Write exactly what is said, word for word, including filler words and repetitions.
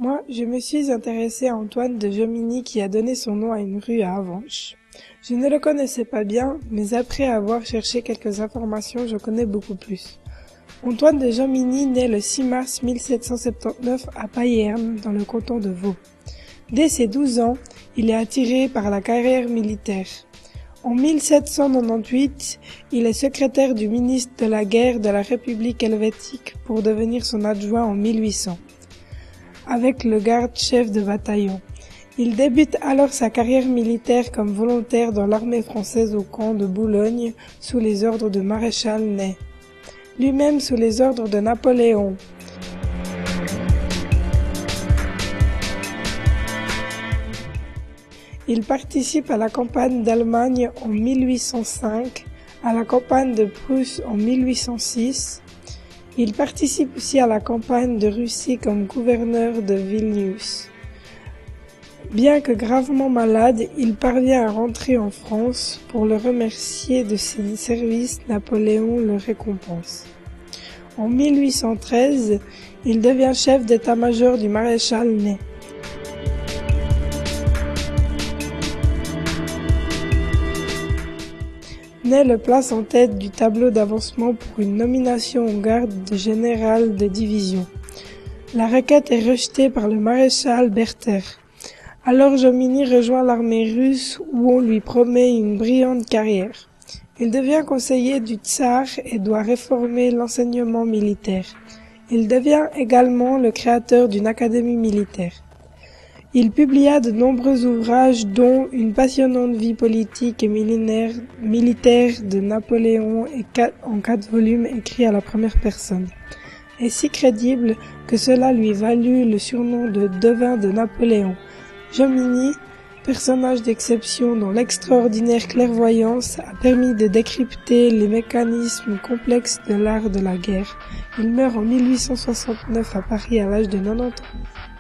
Moi, je me suis intéressée à Antoine de Jomini qui a donné son nom à une rue à Avenches. Je ne le connaissais pas bien, mais après avoir cherché quelques informations, je connais beaucoup plus. Antoine de Jomini naît le six mars mille sept cent soixante-dix-neuf à Payerne, dans le canton de Vaud. Dès ses douze ans, il est attiré par la carrière militaire. En mille sept cent quatre-vingt-dix-huit, il est secrétaire du ministre de la guerre de la République helvétique pour devenir son adjoint en mille huit cents, avec le garde-chef de bataillon. Il débute alors sa carrière militaire comme volontaire dans l'armée française au camp de Boulogne sous les ordres de Maréchal Ney, lui-même sous les ordres de Napoléon. Il participe à la campagne d'Allemagne en mille huit cent cinq, à la campagne de Prusse en mille huit cent six. Il participe aussi à la campagne de Russie comme gouverneur de Vilnius. Bien que gravement malade, il parvient à rentrer en France. Pour le remercier de ses services, Napoléon le récompense. En mille huit cent treize, il devient chef d'état-major du maréchal Ney. Ney le place en tête du tableau d'avancement pour une nomination au grade de général de division. La requête est rejetée par le maréchal Berther. Alors Jomini rejoint l'armée russe où on lui promet une brillante carrière. Il devient conseiller du tsar et doit réformer l'enseignement militaire. Il devient également le créateur d'une académie militaire. Il publia de nombreux ouvrages dont Une passionnante vie politique et militaire de Napoléon en quatre volumes écrits à la première personne, et si crédible que cela lui valut le surnom de devin de Napoléon. Jomini, personnage d'exception dont l'extraordinaire clairvoyance a permis de décrypter les mécanismes complexes de l'art de la guerre. Il meurt en mille huit cent soixante-neuf à Paris à l'âge de quatre-vingt-dix ans.